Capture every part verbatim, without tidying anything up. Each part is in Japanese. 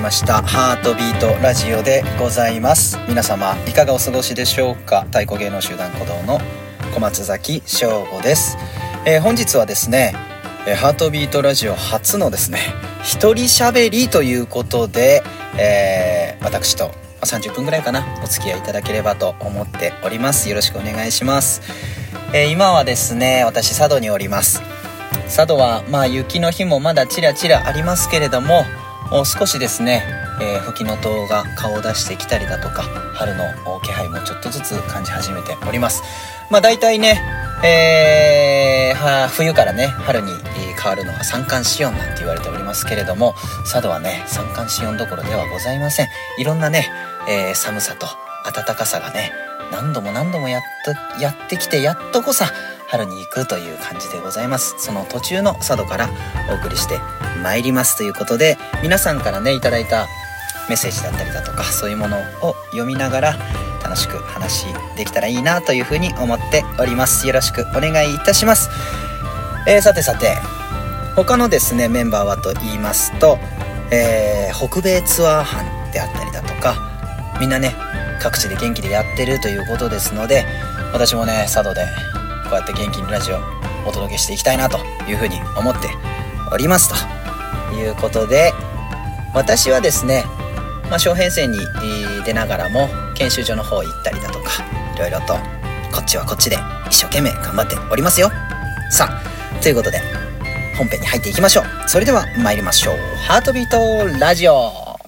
ましたハートビートラジオでございます。皆様いかがお過ごしでしょうか。太鼓芸能集団鼓動の小松崎翔吾です。えー、本日はですねハートビートラジオ初のですね一人喋りということで、えー、私とさんじゅっぷんぐらいかなお付き合いいただければと思っております。よろしくお願いします。えー、今はですね私佐渡におります。佐渡はまあ雪の日もまだちらちらありますけれども、少しですね、えー、吹きの塔が顔を出してきたりだとか春の気配もちょっとずつ感じ始めております。まあ大体ね、えー、は冬からね春に変わるのは三寒四温なんて言われておりますけれども、佐渡はね三寒四温どころではございません。いろんなね、えー、寒さと暖かさがね何度も何度もやっとやってきて、やっとこさ春に行くという感じでございます。その途中の佐渡からお送りしてまいりますということで、皆さんからねいただいたメッセージだったりだとかそういうものを読みながら楽しく話できたらいいなというふうに思っております。よろしくお願いいたします。えー、さてさて他のですねメンバーはと言いますと、えー、北米ツアー班であったりだとかみんなね各地で元気でやってるということですので、私もね佐渡でこうやって元気にラジオお届けしていきたいなというふうに思っておりますということで、私はですね、まあ、小編成に出ながらも研修所の方行ったりだとかいろいろとこっちはこっちで一生懸命頑張っておりますよ。さあということで本編に入っていきましょう。それでは参りましょう。ハートビートラジオ。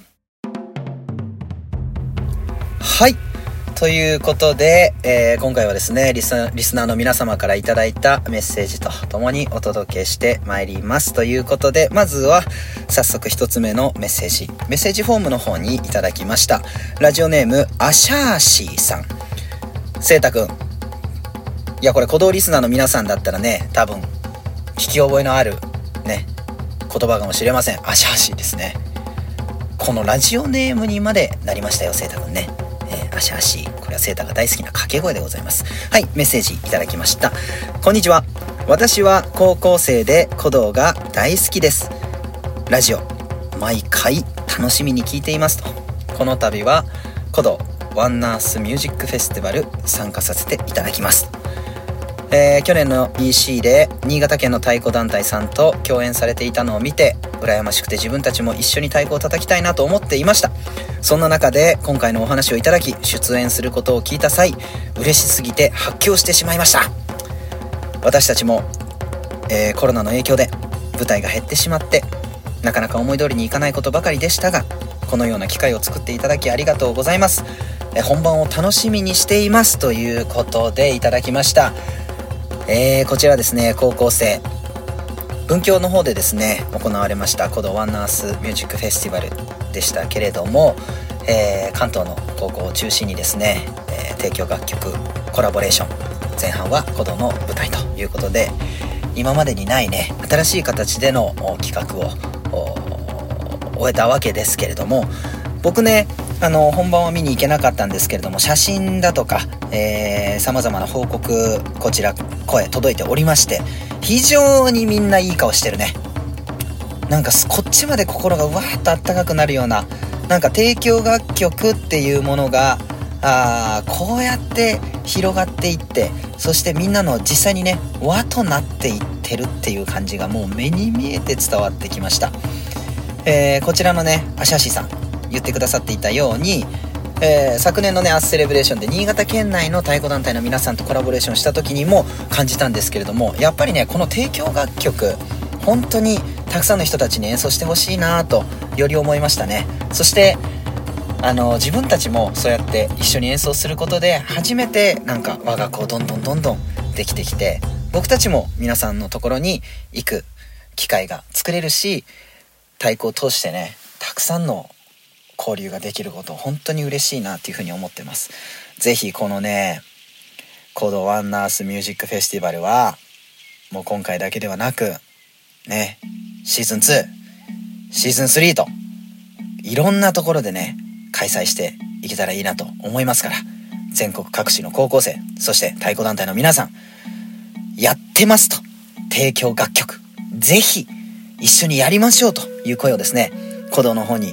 はいということで、えー、今回はですねリス、リスナーの皆様からいただいたメッセージとともにお届けしてまいりますということで、まずは早速一つ目のメッセージメッセージフォームの方にいただきました。ラジオネームアシャーシーさん。せいたくん、いやこれ鼓動リスナーの皆さんだったらね多分聞き覚えのあるね言葉かもしれません。アシャーシーですね。このラジオネームにまでなりましたよ、せいたくんね。アシャーシー、これはセータが大好きな掛け声でございます。はい、メッセージいただきました。こんにちは。私は高校生で鼓動が大好きです。ラジオ毎回楽しみに聞いていますと。この度は鼓動ワンナースミュージックフェスティバル参加させていただきます。えー、去年の イーシー で新潟県の太鼓団体さんと共演されていたのを見て羨ましくて自分たちも一緒に太鼓を叩きたいなと思っていました。そんな中で今回のお話をいただき出演することを聞いた際嬉しすぎて発狂してしまいました。私たちも、えー、コロナの影響で舞台が減ってしまってなかなか思い通りにいかないことばかりでしたが、このような機会を作っていただきありがとうございます。えー、本番を楽しみにしていますということでいただきました。えー、こちらですね高校生文京の方でですね行われました鼓動ワンナースミュージックフェスティバルでしたけれども、えー、関東の高校を中心にですね、えー、提供楽曲コラボレーション前半は鼓動の舞台ということで今までにないね新しい形での企画を終えたわけですけれども、僕ねあの本番は見に行けなかったんですけれども写真だとかさまざまな報告こちら声届いておりまして非常にみんないい顔してるね。なんかこっちまで心がうわーっとあったかくなるような、なんか提供楽曲っていうものがあこうやって広がっていって、そしてみんなの実際にね輪となっていってるっていう感じがもう目に見えて伝わってきました。えー、こちらのねアシャシさん言ってくださっていたように、えー、昨年のねアースセレブレーションで新潟県内の太鼓団体の皆さんとコラボレーションした時にも感じたんですけれども、やっぱりねこの提供楽曲本当にたくさんの人たちに演奏してほしいなとより思いましたね。そしてあの自分たちもそうやって一緒に演奏することで初めてなんか我が子どんどんどんどんできてきて、僕たちも皆さんのところに行く機会が作れるし、太鼓を通してねたくさんの交流ができること本当に嬉しいなっていうふうに思ってます。ぜひこのね鼓動ワンナースミュージックフェスティバルはもう今回だけではなくねシーズンツーシーズンスリーといろんなところでね開催していけたらいいなと思いますから、全国各地の高校生そして太鼓団体の皆さんやってますと提供楽曲ぜひ一緒にやりましょうという声をですね鼓動の方に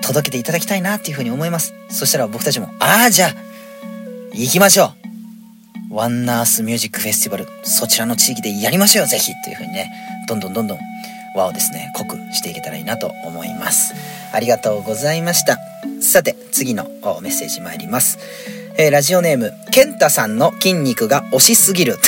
届けていただきたいなっていうふうに思います。そしたら僕たちも、ああ、じゃあ、行きましょう。ワンナースミュージックフェスティバル、そちらの地域でやりましょうよ、ぜひっていうふうにね、どんどんどんどん輪をですね、濃くしていけたらいいなと思います。ありがとうございました。さて、次のメッセージ参ります。えー、ラジオネーム、ケンタさんの筋肉が推しすぎると。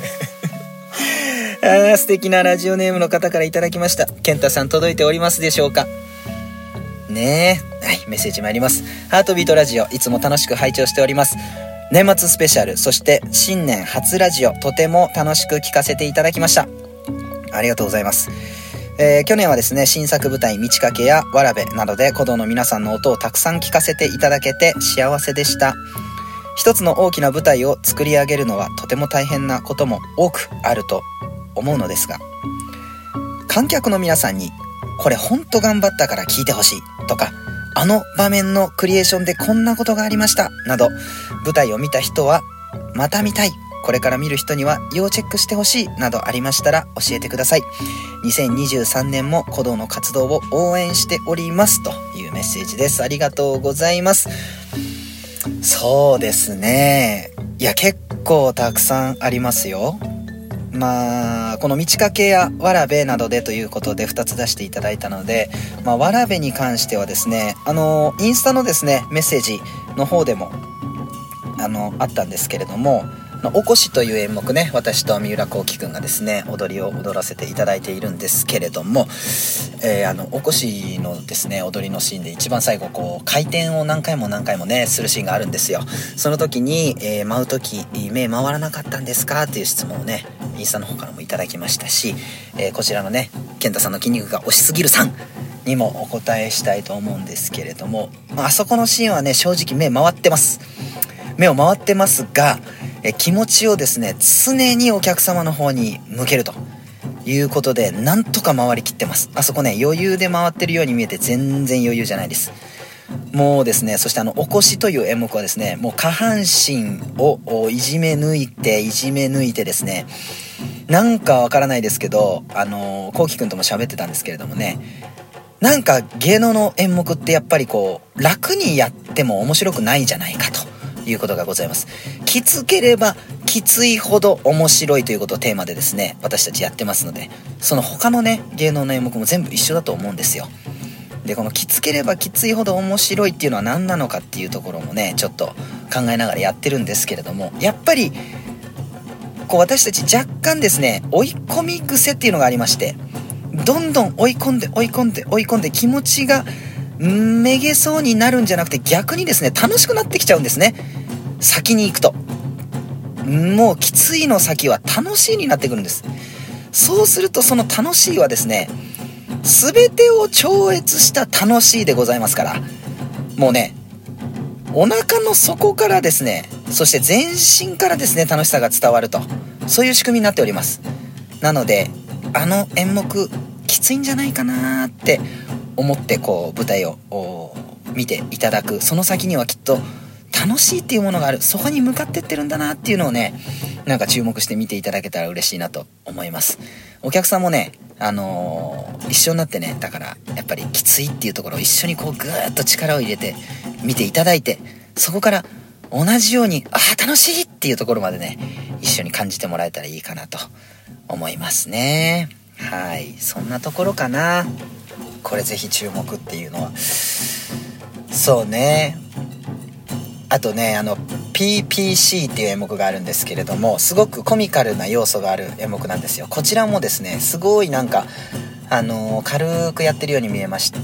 あー、素敵なラジオネームの方からいただきました。ケンタさん、届いておりますでしょうかねえ。はい、メッセージ参ります。ハートビートラジオ、いつも楽しく拝聴しております。年末スペシャル、そして新年初ラジオ、とても楽しく聞かせていただきました。ありがとうございます。えー、去年はですね、新作舞台道かけやわらべなどで鼓動の皆さんの音をたくさん聞かせていただけて幸せでした。一つの大きな舞台を作り上げるのはとても大変なことも多くあると思うのですが、観客の皆さんにこれほんと頑張ったから聞いてほしいとか、あの場面のクリエーションでこんなことがありましたなど、舞台を見た人はまた見たい、これから見る人には要チェックしてほしいなどありましたら教えてください。にせんにじゅうさんねんも鼓動の活動を応援しておりますというメッセージです。ありがとうございます。そうですね、いや結構たくさんありますよ。まあこの道かけやわらべなどでということでふたつ出していただいたので、まあ、わらべに関してはですね、あのインスタのですねメッセージの方でもあのあったんですけれども、おこしという演目ね、私と三浦幸輝くんがですね踊りを踊らせていただいているんですけれども、えー、あのおこしのですね踊りのシーンで一番最後こう回転を何回も何回もねするシーンがあるんですよ。その時に、えー、舞う時目回らなかったんですかっていう質問をねインスタの方からもいただきましたし、えー、こちらのね健太さんの筋肉が推しすぎるさんにもお答えしたいと思うんですけれども、あそこのシーンはね正直目回ってます目を回ってますが、え気持ちをですね常にお客様の方に向けるということでなんとか回りきってます。あそこね余裕で回ってるように見えて全然余裕じゃないです。もうですね、そしてあのおこしという演目はですね、もう下半身をいじめ抜いていじめ抜いてですね、なんかわからないですけど、あのこうきくんとも喋ってたんですけれどもね、なんか芸能の演目ってやっぱりこう楽にやっても面白くないんじゃないかということがございます。きつければきついほど面白いということをテーマでですね私たちやってますので、その他のね芸能の演目も全部一緒だと思うんですよ。でこのきつければきついほど面白いっていうのは何なのかっていうところもねちょっと考えながらやってるんですけれども、やっぱりこう私たち若干ですね追い込み癖っていうのがありまして、どんどん追い込んで追い込んで追い込んで気持ちがめげそうになるんじゃなくて、逆にですね楽しくなってきちゃうんですね。先に行くともうきついの先は楽しいになってくるんです。そうするとその楽しいはですね全てを超越した楽しいでございますから、もうねお腹の底からですね、そして全身からですね楽しさが伝わると、そういう仕組みになっております。なのであの演目きついんじゃないかなって思ってこう舞台を見ていただく、その先にはきっと楽しいっていうものがある、そこに向かってってるんだなっていうのをねなんか注目して見ていただけたら嬉しいなと思います。お客さんもねあのー、一緒になってね、だからやっぱりきついっていうところを一緒にこうぐーっと力を入れて見ていただいて、そこから同じようにあー楽しいっていうところまでね一緒に感じてもらえたらいいかなと思いますね。はい、そんなところかな。これぜひ注目っていうのはそうね。あとねあの ピーピーシー っていう演目があるんですけれども、すごくコミカルな要素がある演目なんですよ。こちらもですねすごいなんかあのー、軽くやってるように見えまして、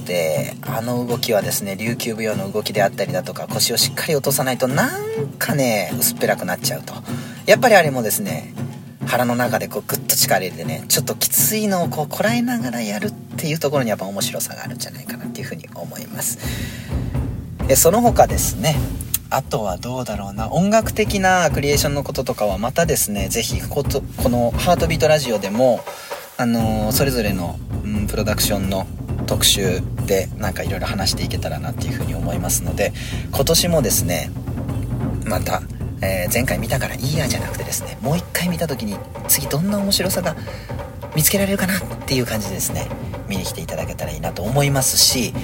あの動きはですね琉球舞踊の動きであったりだとか、腰をしっかり落とさないとなんかね薄っぺらくなっちゃうと、やっぱりあれもですね腹の中でこうグッと力入れてねちょっときついのをこうこらえながらやるっていうところにやっぱ面白さがあるんじゃないかなっていうふうに思います。でその他ですね、あとはどうだろうな、音楽的なクリエーションのこととかはまたですねぜひこ, とこのハートビートラジオでもあのー、それぞれの、うん、プロダクションの特集でなんかいろいろ話していけたらなっていうふうに思いますので、今年もですねまた、えー、前回見たからいいやじゃなくてですね、もう一回見た時に次どんな面白さが見つけられるかなっていう感じでですね見に来ていただけたらいいなと思いますし、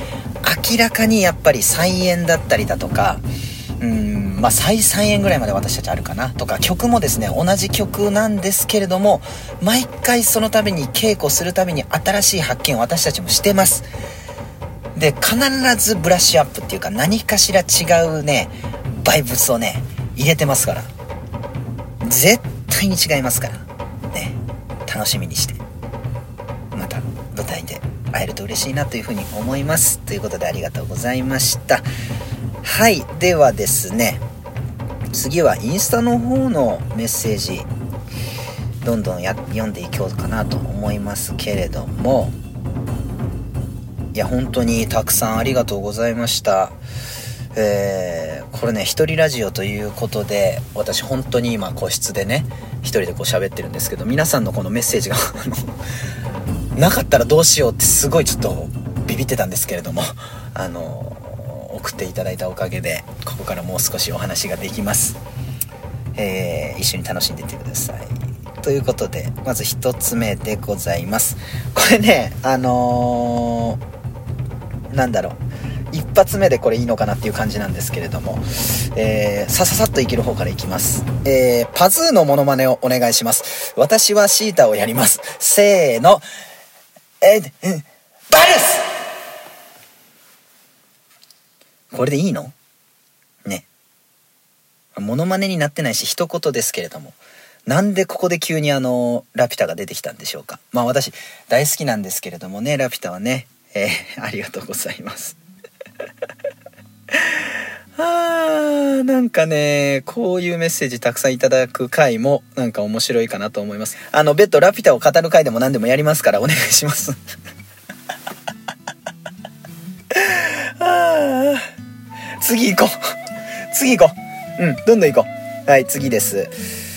明らかにやっぱり再演だったりだとか、うーんまあ再再演ぐらいまで私たちあるかなとか、曲もですね同じ曲なんですけれども、毎回その度に稽古するたびに新しい発見を私たちもしてます。で必ずブラッシュアップっていうか、何かしら違うねバイブスをね入れてますから、絶対に違いますからね、楽しみにしてまた舞台で会えると嬉しいなというふうに思います。ということでありがとうございました。はい、ではですね、次はインスタの方のメッセージどんどんや読んでいこうかなと思いますけれども、いや本当にたくさんありがとうございました。えー、これね一人ラジオということで、私本当に今個室でね一人でこう喋ってるんですけど、皆さんのこのメッセージがなかったらどうしようってすごいちょっとビビってたんですけれども、あの送っていただいたおかげでここからもう少しお話ができます。えー、一緒に楽しんでいってください。ということでまず一つ目でございます。これねあのー、なんだろう一発目でこれいいのかなっていう感じなんですけれども、えー、さささっといける方からいきます。えー、パズーのモノマネをお願いします。私はシータをやります。せーの、えー、バルス。これでいいのね。モノマネになってないし一言ですけれども、なんでここで急にあのラピュタが出てきたんでしょうか。まあ私大好きなんですけれどもね、ラピュタはね、えー、ありがとうございますあーなんかねこういうメッセージたくさんいただく回もなんか面白いかなと思います。あの別途ラピュタを語る回でも何でもやりますからお願いしますあ次行こう次行こううんどんどん行こう。はい次です。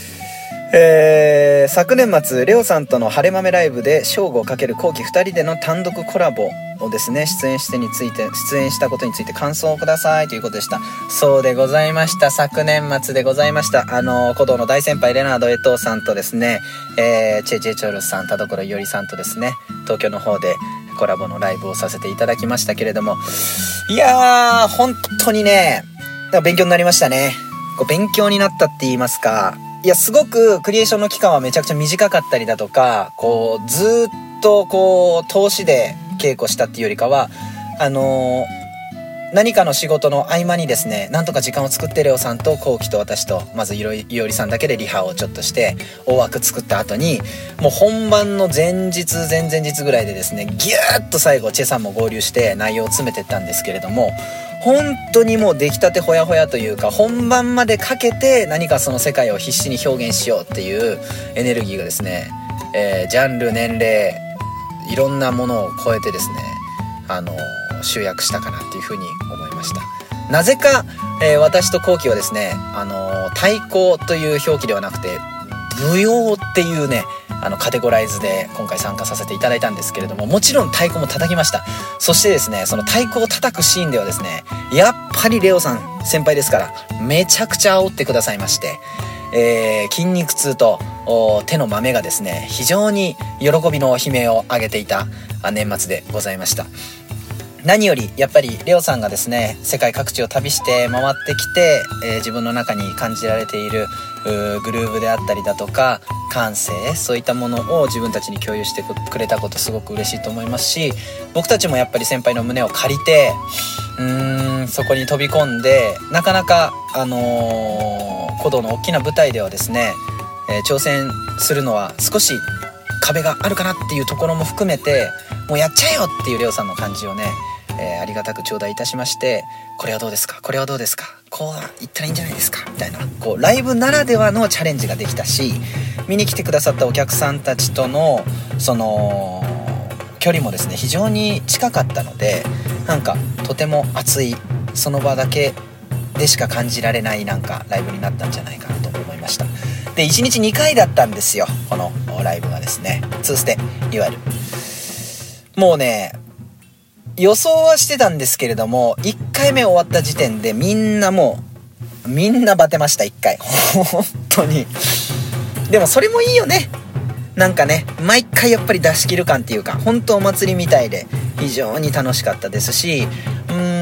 えー、昨年末レオさんとの晴れ豆ライブで正吾×後期ふたりでの単独コラボをですね出演してについて出演したことについて感想をくださいということでした。そうでございました。昨年末でございました。あの古道の大先輩レナード江藤さんとですね、えー、チェジェチョルさん田所伊織さんとですね東京の方でコラボのライブをさせていただきましたけれども、いやー本当にね勉強になりましたね。こう勉強になったって言いますか、いやすごくクリエーションの期間はめちゃくちゃ短かったりだとか、こうずっとこう通しで稽古したっていうよりかはあのー、何かの仕事の合間にですねなんとか時間を作ってレオさんとコウキと私とまずいろいおりさんだけでリハをちょっとして大枠作った後にもう本番の前日前々日ぐらいでですねギューッと最後チェさんも合流して内容を詰めてったんですけれども、本当にもう出来たてほやほやというか本番までかけて何かその世界を必死に表現しようっていうエネルギーがですね、えー、ジャンル年齢いろんなものを超えてですねあのー、集約したかなっていうふうに思いました。なぜか、えー、私とコウキはですねあのー、太鼓という表記ではなくて舞踊っていうねあのカテゴライズで今回参加させていただいたんですけれども、もちろん太鼓も叩きました。そしてですねその太鼓を叩くシーンではですねやっぱりレオさん先輩ですからめちゃくちゃ煽ってくださいまして、えー、筋肉痛と手の豆がですね非常に喜びの悲鳴を上げていた年末でございました。何よりやっぱりレオさんがですね世界各地を旅して回ってきて、えー、自分の中に感じられているグルーヴであったりだとか感性そういったものを自分たちに共有してくれたことすごく嬉しいと思いますし、僕たちもやっぱり先輩の胸を借りてうーんそこに飛び込んでなかなかあのー、鼓動の大きな舞台ではですね、えー、挑戦するのは少し壁があるかなっていうところも含めてもうやっちゃえよっていうレオさんの感じをね、えー、ありがたく頂戴いたしまして、これはどうですかこれはどうですかこう言ったらいいんじゃないですかみたいなこうライブならではのチャレンジができたし、見に来てくださったお客さんたちとのその距離もですね非常に近かったので、なんかとても熱いその場だけでしか感じられないなんかライブになったんじゃないかなと思いました。でいちにちにかいだったんですよこのライブがですねツーステいわゆるもうね予想はしてたんですけれどもいっかいめ終わった時点でみんなもうみんなバテましたいっかい本当に。でもそれもいいよね、なんかね毎回やっぱり出し切る感っていうか本当お祭りみたいで非常に楽しかったですし、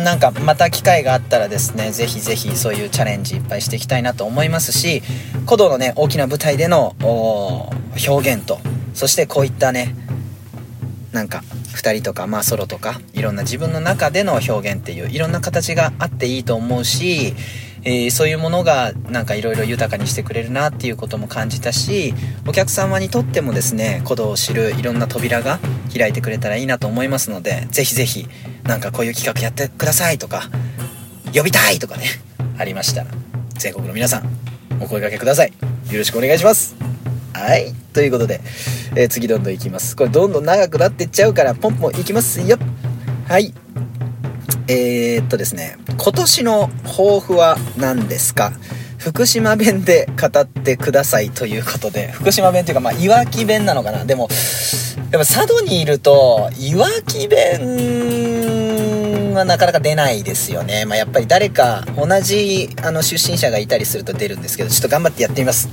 なんかまた機会があったらですね、ぜひぜひそういうチャレンジいっぱいしていきたいなと思いますし、鼓動のね大きな舞台での表現と、そしてこういったねなんかふたりとかまあソロとかいろんな自分の中での表現っていういろんな形があっていいと思うし、えー、そういうものがなんかいろいろ豊かにしてくれるなっていうことも感じたし、お客様にとってもですね鼓動を知るいろんな扉が開いてくれたらいいなと思いますので、ぜひぜひなんかこういう企画やってくださいとか呼びたいとかねありましたら全国の皆さんお声掛けください。よろしくお願いします。はい、ということで、えー、次どんどんいきます。これどんどん長くなってっちゃうからポンポンいきますよ。はい、えー、っとですね今年の抱負は何ですか。福島弁で語ってくださいということで、福島弁というかまあいわき弁なのかな。でもやっぱ佐渡にいるといわき弁はなかなか出ないですよね。まあやっぱり誰か同じあの出身者がいたりすると出るんですけど、ちょっと頑張ってやってみます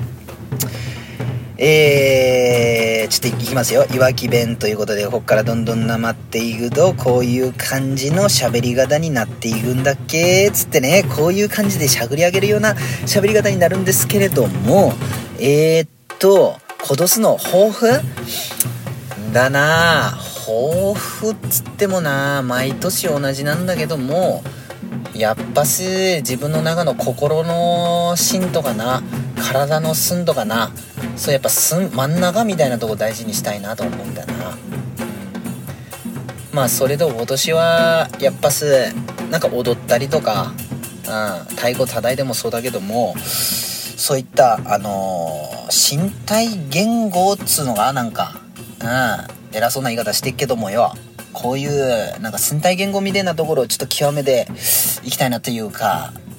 えー、ちょっといきますよ。いわき弁ということで、ここからどんどんなまっていくとこういう感じの喋り方になっていくんだっけつってね、こういう感じでしゃぐり上げるような喋り方になるんですけれども、えーっと今年の抱負だな。抱負っつってもな毎年同じなんだけども、やっぱし自分の中の心の芯とかな、体の寸とかな、そうやっぱ寸真ん中みたいなとこ大事にしたいなと思うんだよな、うん、まあそれで今年はやっぱしなんか踊ったりとか、うん、太鼓叩いてもそうだけども、そういったあのー、身体言語っつうのがなんか、うん、偉そうな言い方してっけどもよ、こういうなんか身体言語みたいなところをちょっと極めていきたいなというか、うん、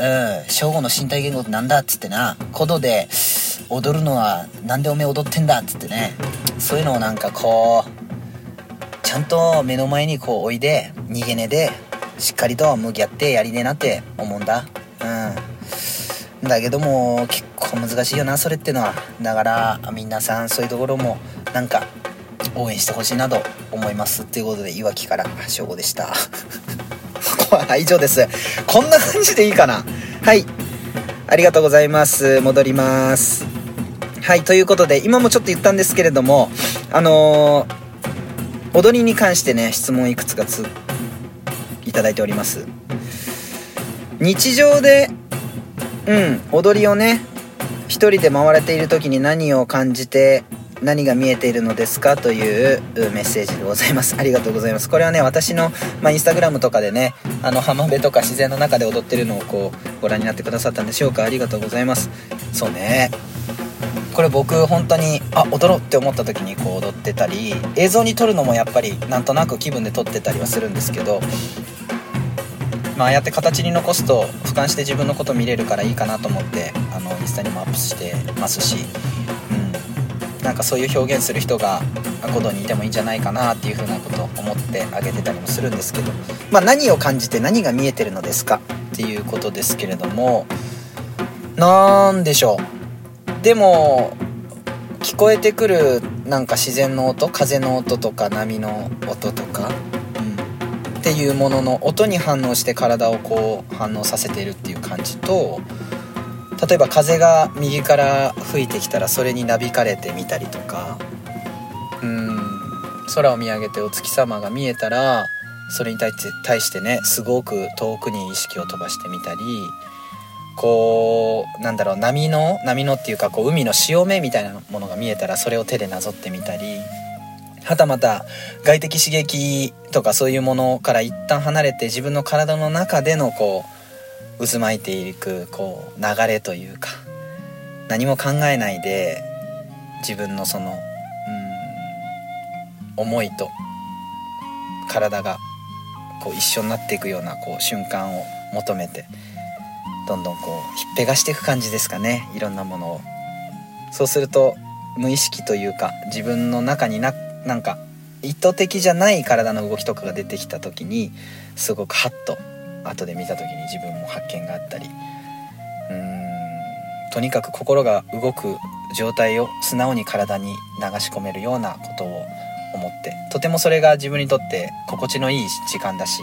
正午の身体言語ってなんだっつってな、ことで踊るのはなんでおめえ踊ってんだっつってね、そういうのをなんかこうちゃんと目の前にこうおいで逃げねでしっかりと向き合ってやりねえなって思うんだ。うんだけども結構難しいよなそれってのは。だから皆さんそういうところもなんか応援してほしいなと思いますということで、いわきから正午でしたはい、以上です。こんな感じでいいかな。はい、ありがとうございます。戻ります。はい、ということで今もちょっと言ったんですけれども、あのー、踊りに関してね質問いくつかついただいております。日常でうん踊りをね一人で回れている時に何を感じて何が見えているのですかというメッセージでございます。ありがとうございます。これはね私の、まあ、インスタグラムとかでねあの浜辺とか自然の中で踊ってるのをこうご覧になってくださったんでしょうか。ありがとうございます。そうね、これ僕本当にあ踊ろうって思った時にこう踊ってたり、映像に撮るのもやっぱりなんとなく気分で撮ってたりはするんですけど、まあああやって形に残すと俯瞰して自分のこと見れるからいいかなと思ってあのインスタにもアップしてますし、なんかそういう表現する人が鼓動にいてもいいんじゃないかなっていう風なことを思ってあげてたりもするんですけど、まあ何を感じて何が見えてるのですかっていうことですけれども、なんでしょう。でも聞こえてくるなんか自然の音、風の音とか波の音とか、うん、っていうものの音に反応して体をこう反応させているっていう感じと、例えば風が右から吹いてきたらそれになびかれてみたりとか、うーん空を見上げてお月様が見えたらそれに対して、対してねすごく遠くに意識を飛ばしてみたり、こうなんだろう波の波のっていうかこう海の潮目みたいなものが見えたらそれを手でなぞってみたり、はたまた外的刺激とかそういうものから一旦離れて自分の体の中でのこう渦巻いていくこう流れというか、何も考えないで自分のそのうん思いと体がこう一緒になっていくようなこう瞬間を求めてどんどんこうひっぺがしていく感じですかね、いろんなものを。そうすると無意識というか自分の中にななんか意図的じゃない体の動きとかが出てきた時にすごくハッと後で見た時に自分も発見があったり、うーんとにかく心が動く状態を素直に体に流し込めるようなことを思って、とてもそれが自分にとって心地のいい時間だし、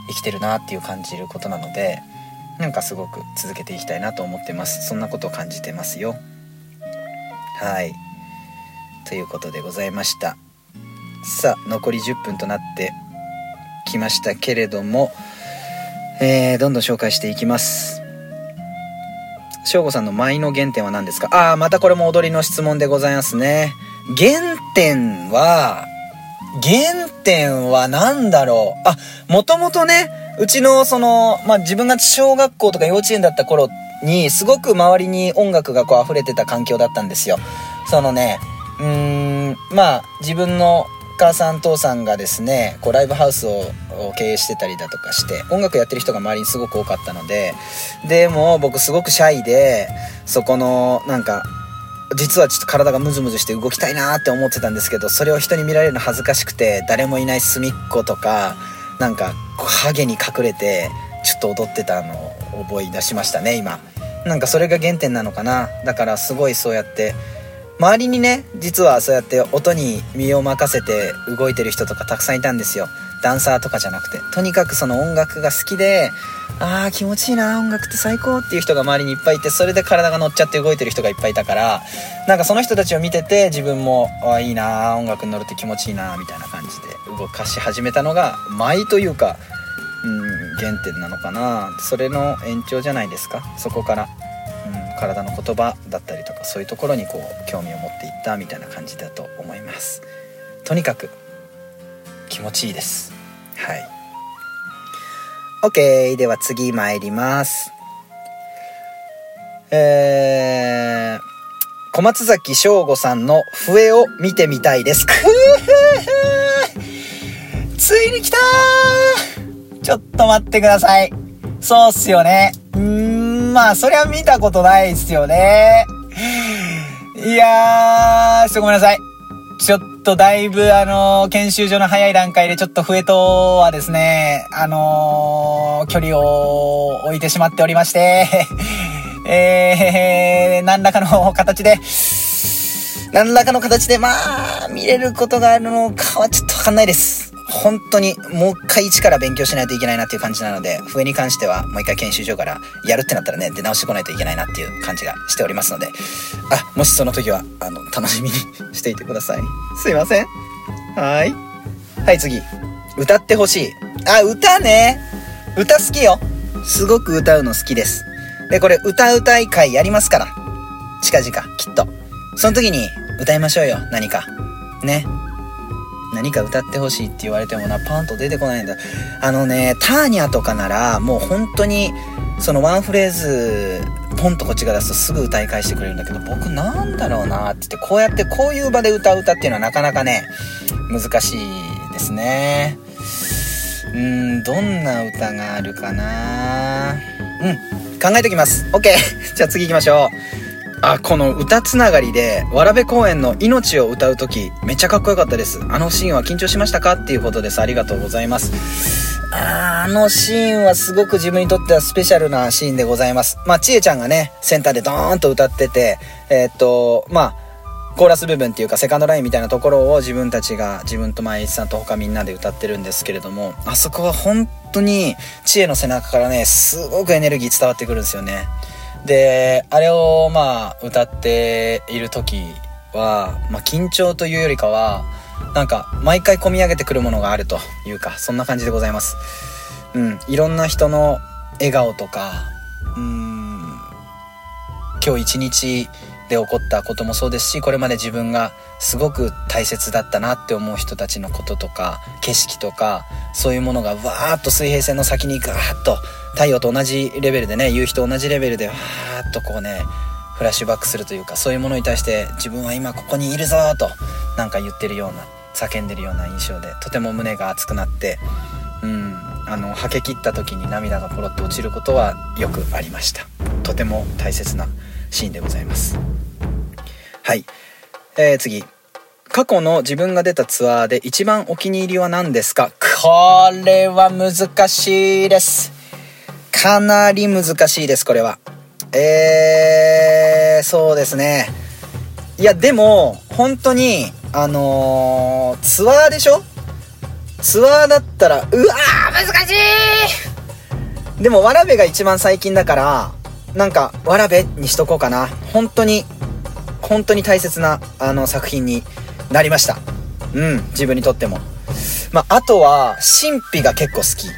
生きてるなっていう感じることなので、なんかすごく続けていきたいなと思ってます。そんなことを感じてますよ。はい、ということでございました。さあ残りじゅっぷんとなってきましたけれども、えー、どんどん紹介していきます。しょうごさんの舞の原点は何ですか？あー、またこれも踊りの質問でございますね。原点は原点は何だろう。あ、もともとね、うちのその、まあ、自分が小学校とか幼稚園だった頃にすごく周りに音楽がこう溢れてた環境だったんですよ。そのね、うーん、まあ自分の母さん父さんがですね、こうライブハウスを経営してたりだとかして、音楽やってる人が周りにすごく多かったので、でも僕すごくシャイで、そこのなんか実はちょっと体がムズムズして動きたいなって思ってたんですけど、それを人に見られるの恥ずかしくて、誰もいない隅っことかなんかハゲに隠れてちょっと踊ってたのを思い出しましたね今。なんかそれが原点なのかな。だからすごいそうやって周りにね、実はそうやって音に身を任せて動いてる人とかたくさんいたんですよ。ダンサーとかじゃなくて、とにかくその音楽が好きで、あー気持ちいいな、音楽って最高っていう人が周りにいっぱいいて、それで体が乗っちゃって動いてる人がいっぱいいたから、なんかその人たちを見てて自分もあいいな、音楽に乗るって気持ちいいなみたいな感じで動かし始めたのが舞というか、うん、原点なのかな。それの延長じゃないですか。そこから体の言葉だったりとか、そういうところにこう興味を持っていったみたいな感じだと思います。とにかく気持ちいいです。はい。 OK、 では次参ります。えー、小松崎翔吾さんの笛を見てみたいです。ついに来たー。ちょっと待ってください。そうっすよね。うーん、まあそりゃ見たことないっすよね。いやー、ちょっとごめんなさい。ちょっとだいぶあのー、研修所の早い段階でちょっと笛とはですね、あのー、距離を置いてしまっておりまして、えー、何らかの形で、何らかの形で、まあ、見れることがあるのかはちょっとわかんないです。本当にもう一回一から勉強しないといけないなっていう感じなので、笛に関してはもう一回研修所からやるってなったらね、出直してこないといけないなっていう感じがしておりますので、あ、もしその時はあの楽しみにしていてください。すいません。はい。はい、次。歌ってほしい。あ、歌ね。歌好きよ。すごく歌うの好きです。で、これ歌うたい会やりますから。近々、きっと。その時に歌いましょうよ、何か。ね。何か歌ってほしいって言われてもな、パンと出てこないんだ。あのね、ターニャとかならもう本当にそのワンフレーズポンとこっちが出すとすぐ歌い返してくれるんだけど、僕なんだろうなって言って、こうやってこういう場で歌う歌っていうのはなかなかね難しいですね。うーん、どんな歌があるかな。うん、考えておきます。 OK じゃあ次行きましょう。あ、この歌つながりで蕨公園の命を歌うときめっちゃかっこよかったです。あのシーンは緊張しましたかっていうことです。ありがとうございます。あ, あのシーンはすごく自分にとってはスペシャルなシーンでございます。まあちえちゃんがねセンターでドーンと歌ってて、えー、っとまあコーラス部分っていうかセカンドラインみたいなところを自分たちが、自分と前一さんと他みんなで歌ってるんですけれども、あそこは本当にちえの背中からねすごくエネルギー伝わってくるんですよね。で、あれをまあ歌っている時は、まあ緊張というよりかはなんか毎回込み上げてくるものがあるというか、そんな感じでございます。うん、いろんな人の笑顔とか、うーん、今日一日で起こったこともそうですし、これまで自分がすごく大切だったなって思う人たちのこととか景色とか、そういうものがわーっと水平線の先にガーッと太陽と同じレベルでね、夕日と同じレベルでわーっとこうねフラッシュバックするというか、そういうものに対して自分は今ここにいるぞとなんか言ってるような、叫んでるような印象で、とても胸が熱くなって、うん、あのはけ切った時に涙がポロッと落ちることはよくありました。とても大切なシーンでございます。はい、えー、次。過去の自分が出たツアーで一番お気に入りは何ですか？これは難しいです。かなり難しいです、これは。えー、そうですね。いやでも本当にあのー、ツアーでしょ？ツアーだったらうわー難しい。でもわらべが一番最近だからなんかわらべにしとこうかな。本当に本当に大切なあの作品になりました。うん自分にとっても。まああとは神秘が結構好き。うん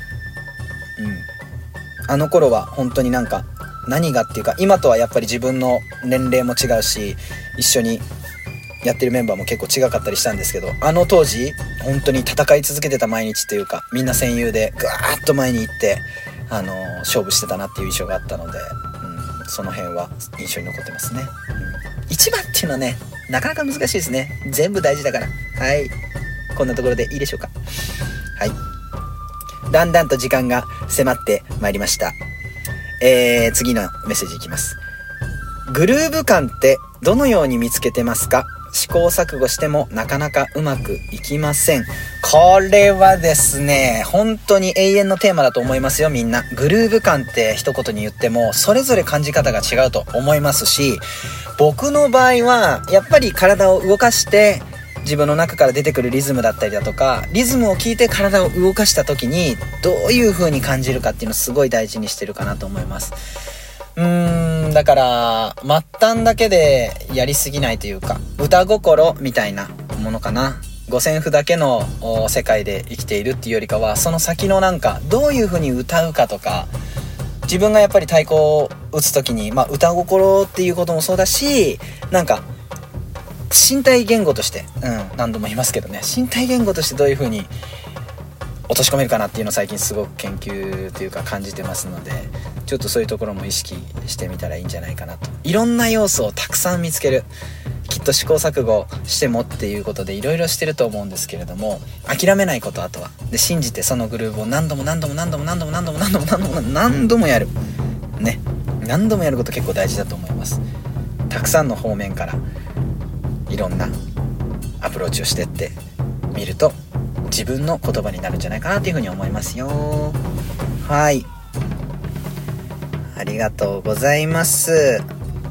あの頃は本当になんか何がっていうか今とはやっぱり自分の年齢も違うし一緒にやってるメンバーも結構違かったりしたんですけど、あの当時本当に戦い続けてた毎日というかみんな戦友でぐわーっと前に行ってあのー、勝負してたなっていう印象があったので、うん、その辺は印象に残ってますね、うん、一番っていうのはねなかなか難しいですね。全部大事だから。はいこんなところでいいでしょうか。はいだんだんと時間が迫ってまいりました。えー、次のメッセージいきます。グルーヴ感ってどのように見つけてますか？試行錯誤してもなかなかうまくいきません。これはですね本当に永遠のテーマだと思いますよ。みんなグルーヴ感って一言に言ってもそれぞれ感じ方が違うと思いますし、僕の場合はやっぱり体を動かして自分の中から出てくるリズムだったりだとかリズムを聞いて体を動かした時にどういう風に感じるかっていうのをすごい大事にしてるかなと思います。うーんだから末端だけでやりすぎないというか歌心みたいなものかな。五線譜だけの世界で生きているっていうよりかはその先のなんかどういう風に歌うかとか自分がやっぱり太鼓を打つ時に、まあ、歌心っていうこともそうだしなんか身体言語として、うん、何度も言いますけどね身体言語としてどういう風に落とし込めるかなっていうのを最近すごく研究というか感じてますのでちょっとそういうところも意識してみたらいいんじゃないかなと。いろんな要素をたくさん見つけるきっと試行錯誤してもっていうことでいろいろしてると思うんですけれども諦めないこと。あとはで信じてそのグルーヴを何度も何度も何度も何度も何度も何度も何度も何度もやるね何度もやること結構大事だと思います。たくさんの方面からいろんなアプローチをしてってみると自分の言葉になるんじゃないかなというふうに思いますよ。はいありがとうございます。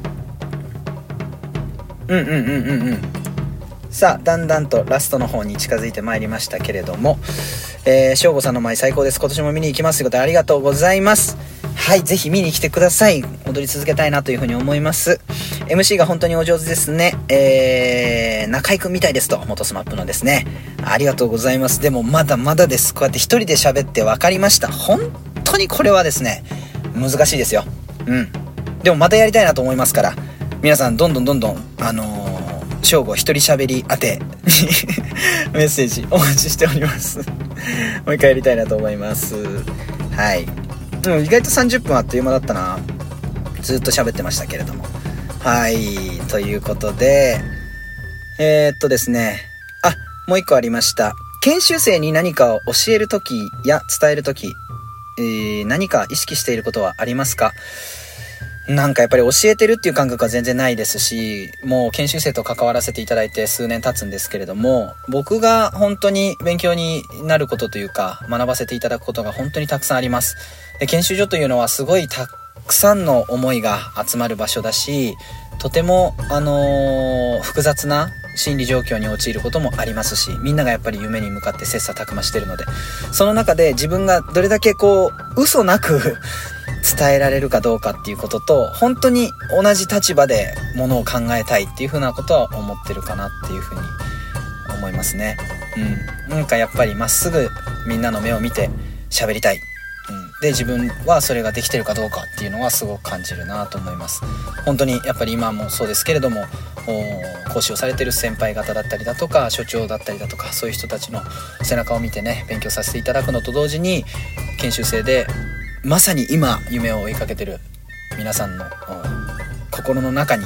うんうんうんうんうんさあだんだんとラストの方に近づいてまいりましたけれども、えー、翔吾さんの舞最高です。今年も見に行きますということでありがとうございます。はいぜひ見に来てください。踊り続けたいなというふうに思います。 エムシー が本当にお上手ですね。えー、中居くんみたいですと元スマップのですねありがとうございます。でもまだまだです。こうやって一人で喋って分かりました。本当にこれはですね難しいですよ。うんでもまたやりたいなと思いますから皆さんどんどんどんどんあのー、正吾一人喋り当てメッセージお待ちしておりますもう一回やりたいなと思います。はいでも意外とさんじゅっぷんあっという間だったな。ずっと喋ってましたけれどもはいということでえー、っとですねあもう一個ありました。研修生に何かを教えるときや伝えるとき、えー、何か意識していることはありますか？なんかやっぱり教えてるっていう感覚は全然ないですしもう研修生と関わらせていただいて数年経つんですけれども僕が本当に勉強になることというか学ばせていただくことが本当にたくさんあります。で研修所というのはすごいたくさんの思いが集まる場所だしとてもあのー、複雑な心理状況に陥ることもありますしみんながやっぱり夢に向かって切磋琢磨してるのでその中で自分がどれだけこう嘘なく伝えられるかどうかっていうことと本当に同じ立場でものを考えたいっていう風なことは思ってるかなっていう風に思いますね。うんなんかやっぱりまっすぐみんなの目を見て喋りたい、うん、で自分はそれができてるかどうかっていうのはすごく感じるなと思います。本当にやっぱり今もそうですけれども講師をされてる先輩方だったりだとか所長だったりだとかそういう人たちの背中を見てね勉強させていただくのと同時に研修生でまさに今夢を追いかけてる皆さんの心の中に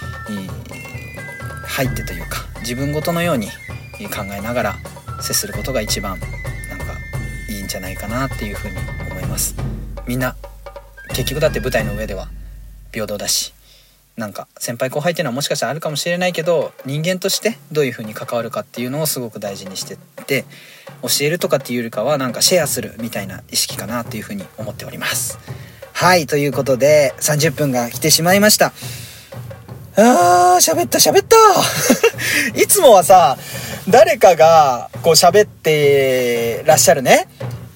入ってというか自分ごとのように考えながら接することが一番なんかいいんじゃないかなっていうふうに思います。みんな結局だって舞台の上では平等だしなんか先輩後輩っていうのはもしかしたらあるかもしれないけど人間としてどういうふうに関わるかっていうのをすごく大事にしてって教えるとかっていうよりかはなんかシェアするみたいな意識かなというふうに思っております。はいということでさんじゅっぷんが来てしまいました。あー喋った喋ったいつもはさ誰かがこう喋ってらっしゃるね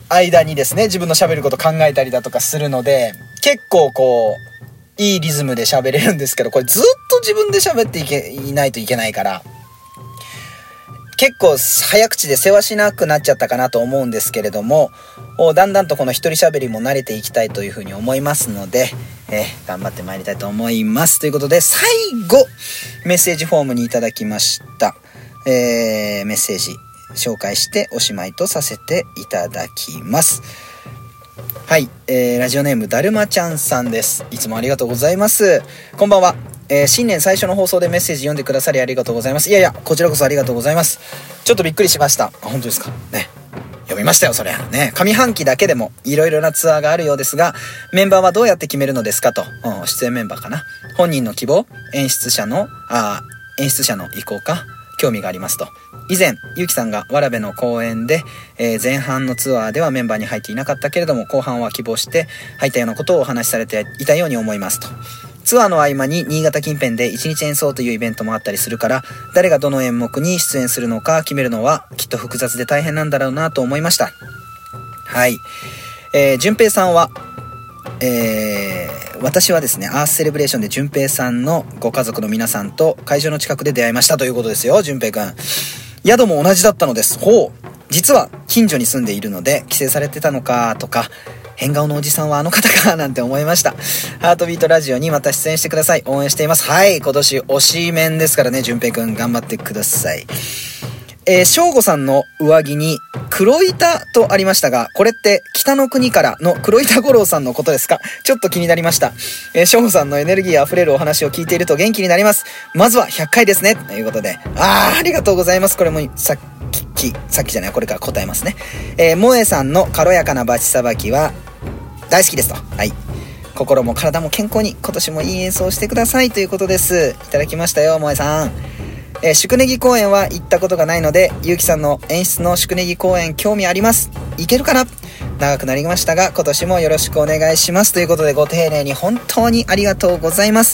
間にですね、自分の喋ること考えたりだとかするので、結構こういいリズムで喋れるんですけど、これずっと自分で喋っていけいないといけないから、結構早口でせわしなくなっちゃったかなと思うんですけれども、だんだんとこの一人喋りも慣れていきたいというふうに思いますので、えー、頑張ってまいりたいと思います。ということで、最後メッセージフォームにいただきました、えー、メッセージ紹介しておしまいとさせていただきます。はい、えー、ラジオネームだるまちゃんさんです。いつもありがとうございます。こんばんは。えー、新年最初の放送でメッセージ読んでくださりありがとうございます。いやいや、こちらこそありがとうございます。ちょっとびっくりしました。あ、本当ですかね。読みましたよ、そりゃね。上半期だけでもいろいろなツアーがあるようですが、メンバーはどうやって決めるのですかと、うん、出演メンバーかな。本人の希望、演出者のあ演出者の意向か、興味がありますと。以前ゆきさんがわらべの公演で、えー、前半のツアーではメンバーに入っていなかったけれども、後半は希望して入ったようなことをお話しされていたように思いますと。ツアーの合間に新潟近辺で一日演奏というイベントもあったりするから、誰がどの演目に出演するのか決めるのはきっと複雑で大変なんだろうなと思いました。はい、えー、順平さんは、えー、私はですね、アースセレブレーションで順平さんのご家族の皆さんと会場の近くで出会いましたということですよ。順平くん、宿も同じだったのです。ほう、実は近所に住んでいるので帰省されてたのかとか、変顔のおじさんはあの方かなんて思いました。ハートビートラジオにまた出演してください。応援しています。はい、今年推しメンですからね、順平くん頑張ってください。えー、翔吾さんの上着に黒板とありましたが、これって北の国からの黒板五郎さんのことですか？ちょっと気になりました。えー、翔吾さんのエネルギーあふれるお話を聞いていると元気になります。まずはひゃっかいですねということで、あーありがとうございます。これもさっきさっきじゃないこれから答えますね。えー、萌えさんの軽やかなバチさばきは大好きですと。はい、心も体も健康に今年もいい演奏をしてくださいということです。いただきましたよ、萌えさん。えー、宿根木公園は行ったことがないので、ゆうきさんの演出の宿根木公園興味あります。行けるかな？長くなりましたが今年もよろしくお願いしますということで、ご丁寧に本当にありがとうございます。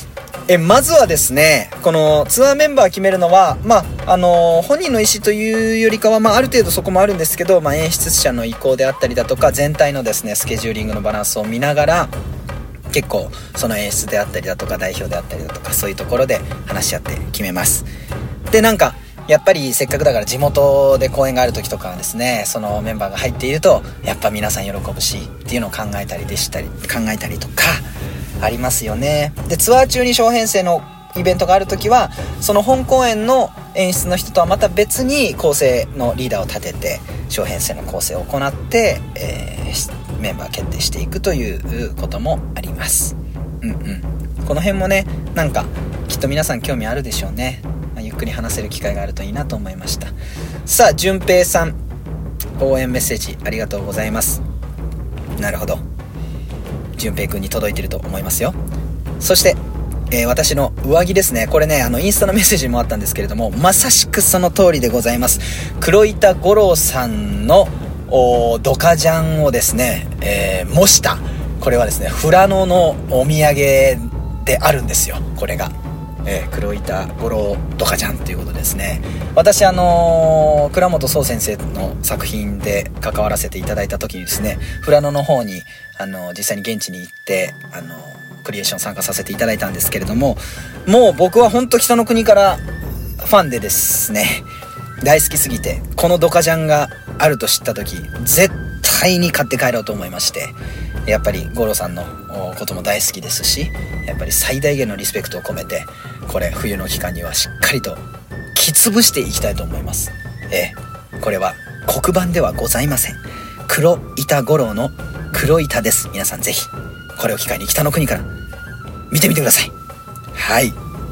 えまずはですね、このツアーメンバー決めるのは、まああのー、本人の意思というよりかは、まあ、ある程度そこもあるんですけど、まあ、演出者の意向であったりだとか、全体のですねスケジューリングのバランスを見ながら、結構その演出であったりだとか代表であったりだとか、そういうところで話し合って決めます。で、なんかやっぱりせっかくだから地元で公演がある時とかはですね、そのメンバーが入っているとやっぱ皆さん喜ぶしっていうのを考えたりでしたり考えたりとかありますよね。で、ツアー中に小編成のイベントがある時は、その本公演の演出の人とはまた別に構成のリーダーを立てて小編成の構成を行って、えー、メンバー決定していくということもあります。うんうん、この辺もね、なんかきっと皆さん興味あるでしょうね。まあ、ゆっくり話せる機会があるといいなと思いました。さあ、順平さん、応援メッセージありがとうございます。なるほど、順平くんに届いてると思いますよ。そして、えー、私の上着ですね。これね、あのインスタのメッセージもあったんですけれども、まさしくその通りでございます。黒板五郎さんのドカジャンをですね、えー、模した、これはですね富良野のお土産であるんですよ。これが、えー、黒板五郎ドカジャンということですね。私あのー、倉本壮先生の作品で関わらせていただいた時にですね、富良野の方にあのー、実際に現地に行ってあのークリエーション参加させていただいたんですけれども、もう僕は本当北の国からファンでですね、大好きすぎて、このドカジャンがあると知った時絶対に買って帰ろうと思いまして、やっぱり五郎さんのことも大好きですし、やっぱり最大限のリスペクトを込めて、これ冬の期間にはしっかりとき潰していきたいと思います。ええ、これは黒板ではございません。黒板五郎の黒板です。皆さんぜひこれを機会に北の国から見てみてください。はい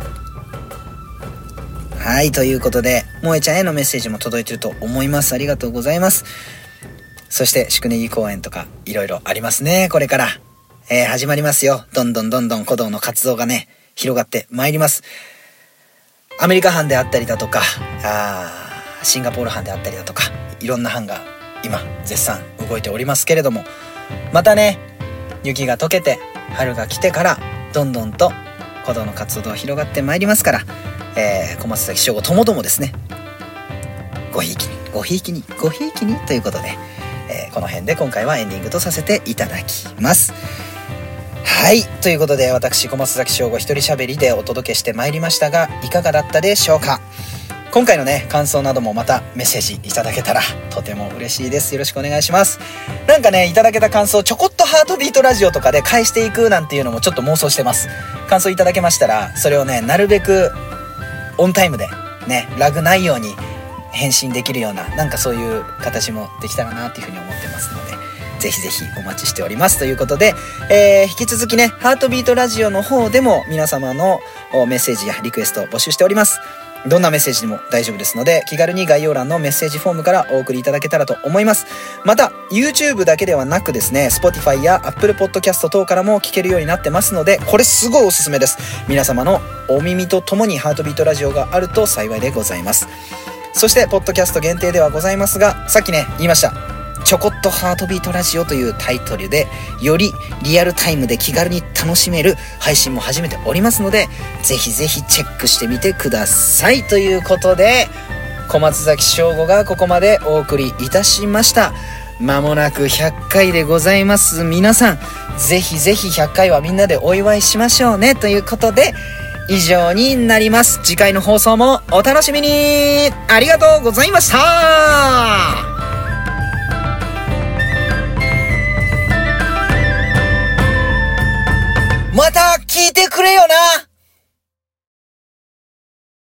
はい、ということで萌えちゃんへのメッセージも届いていると思います。ありがとうございます。そして宿根木公演とかいろいろありますね。これから、えー、始まりますよ。どんどんどんどん鼓動の活動がね広がってまいります。アメリカ班であったりだとか、あシンガポール班であったりだとか、いろんな班が今絶賛動いておりますけれども、またね雪が溶けて春が来てからどんどんと鼓動の活動が広がってまいりますから、えー、小松崎翔吾ともどもですね、ごひいきにごひいきにごひいきにということで、えこの辺で今回はエンディングとさせていただきます。はい。ということで、私、小松崎翔吾一人喋りでお届けしてまいりましたが、いかがだったでしょうか。今回のね、感想などもまたメッセージいただけたらとても嬉しいです。よろしくお願いします。なんかね、いただけた感想、ちょこっとハートビートラジオとかで返していくなんていうのもちょっと妄想してます。感想いただけましたら、それをね、なるべくオンタイムでね、ラグないように返信できるような、なんかそういう形もできたらなっていうふうに思ってますので、ぜひぜひお待ちしております。ということで、えー、引き続きね、ハートビートラジオの方でも皆様のメッセージやリクエストを募集しております。どんなメッセージでも大丈夫ですので、気軽に概要欄のメッセージフォームからお送りいただけたらと思います。また YouTube だけではなくですね、 Spotify や Apple Podcast 等からも聞けるようになってますので、これすごいおすすめです。皆様のお耳とともにハートビートラジオがあると幸いでございます。そしてポッドキャスト限定ではございますが、さっきね言いました、ちょこっとハートビートラジオというタイトルで、よりリアルタイムで気軽に楽しめる配信も始めておりますので、ぜひぜひチェックしてみてください。ということで、小松崎翔吾がここまでお送りいたしました。まもなくひゃっかいでございます。皆さんぜひぜひひゃっかいはみんなでお祝いしましょうね。ということで以上になります。次回の放送もお楽しみに。ありがとうございました。また聞いてくれよな。